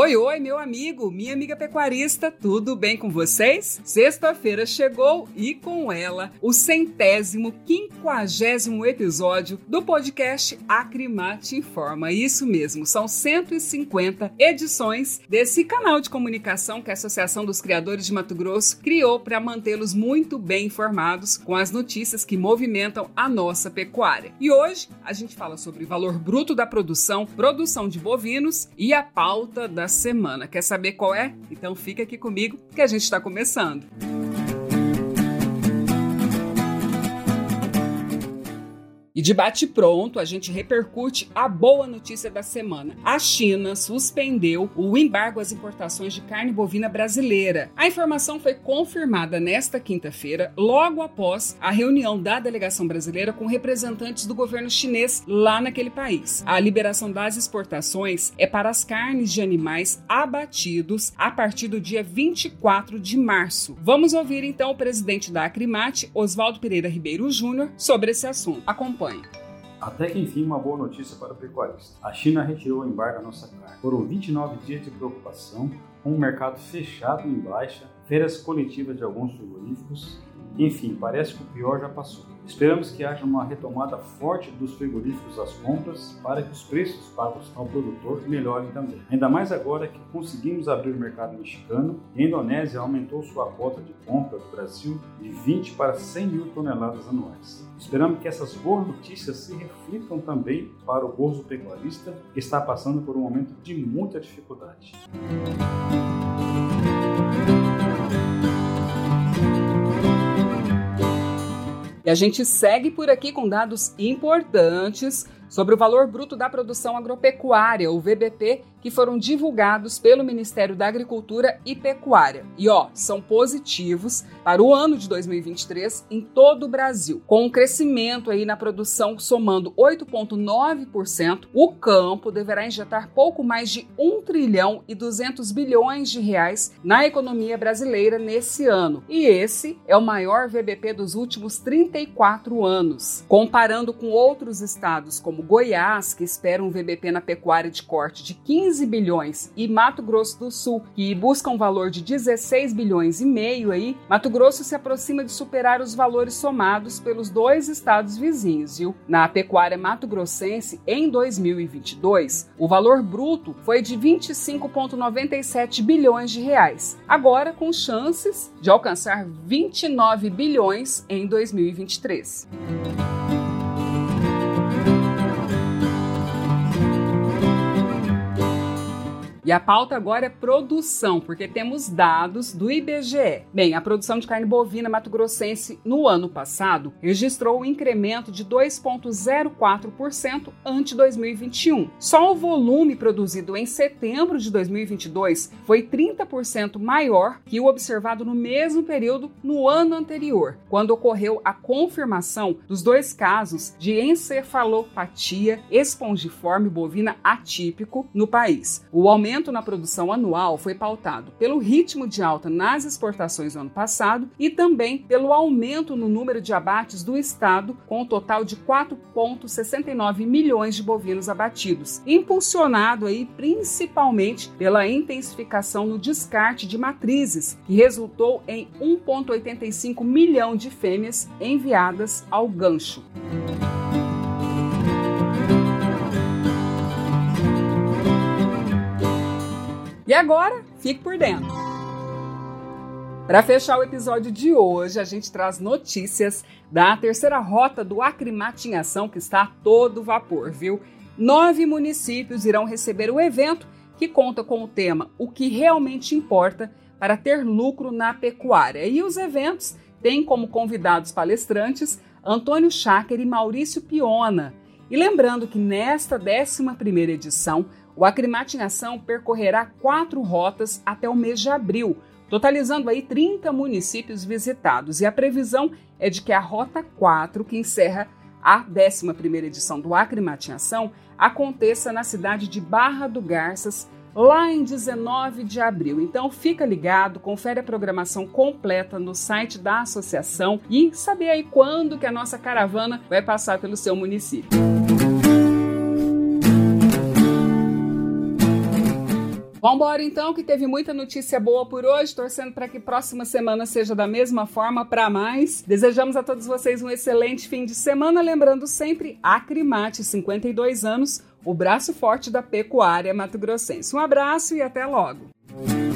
Oi, oi, meu amigo, minha amiga pecuarista, tudo bem com vocês? Sexta-feira chegou e com ela o 150º episódio do podcast Acrimate Informa. Isso mesmo, são 150 edições desse canal de comunicação que a Associação dos Criadores de Mato Grosso criou para mantê-los muito bem informados com as notícias que movimentam a nossa pecuária. E hoje a gente fala sobre valor bruto da produção, produção de bovinos e a pauta da semana. Quer saber qual é? Então fica aqui comigo que a gente está começando. E de bate-pronto, a gente repercute a boa notícia da semana. A China suspendeu o embargo às importações de carne bovina brasileira. A informação foi confirmada nesta quinta-feira, logo após a reunião da delegação brasileira com representantes do governo chinês lá naquele país. A liberação das exportações é para as carnes de animais abatidos a partir do dia 24 de março. Vamos ouvir então o presidente da Acrimate, Oswaldo Pereira Ribeiro Júnior, sobre esse assunto. Acompanhe. Até que enfim, uma boa notícia para o pecuarista. A China retirou o embargo à nossa carne. Foram 29 dias de preocupação, com o mercado fechado em baixa, feiras coletivas de alguns frigoríficos. Enfim, parece que o pior já passou. Esperamos que haja uma retomada forte dos frigoríficos às compras para que os preços pagos ao produtor melhorem também. Ainda mais agora que conseguimos abrir o mercado mexicano e a Indonésia aumentou sua cota de compra do Brasil de 20 para 100 mil toneladas anuais. Esperamos que essas boas notícias se reflitam também para o gozo pecuarista que está passando por um momento de muita dificuldade. E a gente segue por aqui com dados importantes sobre o valor bruto da produção agropecuária, o VBP, que foram divulgados pelo Ministério da Agricultura e Pecuária. E são positivos para o ano de 2023 em todo o Brasil, com um crescimento aí na produção somando 8,9%, o campo deverá injetar pouco mais de 1 trilhão e 200 bilhões de reais na economia brasileira nesse ano. E esse é o maior VBP dos últimos 34 anos. Comparando com outros estados como Goiás, que espera um VBP na pecuária de corte de 15 bilhões, e Mato Grosso do Sul, que busca um valor de 16 bilhões e meio aí, Mato Grosso se aproxima de superar os valores somados pelos dois estados vizinhos, viu? Na pecuária mato-grossense, em 2022, o valor bruto foi de 25,97 bilhões de reais, agora com chances de alcançar 29 bilhões em 2023. E a pauta agora é produção, porque temos dados do IBGE. Bem, a produção de carne bovina mato-grossense no ano passado registrou um incremento de 2,04% ante 2021. Só o volume produzido em setembro de 2022 foi 30% maior que o observado no mesmo período no ano anterior, quando ocorreu a confirmação dos 2 casos de encefalopatia espongiforme bovina atípico no país. O aumento na produção anual foi pautado pelo ritmo de alta nas exportações no ano passado e também pelo aumento no número de abates do estado, com um total de 4,69 milhões de bovinos abatidos, impulsionado aí principalmente pela intensificação no descarte de matrizes, que resultou em 1,85 milhão de fêmeas enviadas ao gancho. E agora, fique por dentro. Para fechar o episódio de hoje, a gente traz notícias da terceira rota do Acrimate em Ação, que está a todo vapor, viu? 9 municípios irão receber o evento, que conta com o tema O que realmente importa para ter lucro na pecuária. E os eventos têm como convidados palestrantes Antônio Schacker e Maurício Piona. E lembrando que nesta 11ª edição, o Acrimate em Ação percorrerá 4 rotas até o mês de abril, totalizando aí 30 municípios visitados. E a previsão é de que a Rota 4, que encerra a 11ª edição do Acrimate em Ação, aconteça na cidade de Barra do Garças, lá em 19 de abril. Então fica ligado, confere a programação completa no site da associação e saber aí quando que a nossa caravana vai passar pelo seu município. Vambora então, que teve muita notícia boa por hoje, torcendo para que próxima semana seja da mesma forma para mais. Desejamos a todos vocês um excelente fim de semana, lembrando sempre, Acrimate, 52 anos, o braço forte da pecuária mato-grossense. Um abraço e até logo!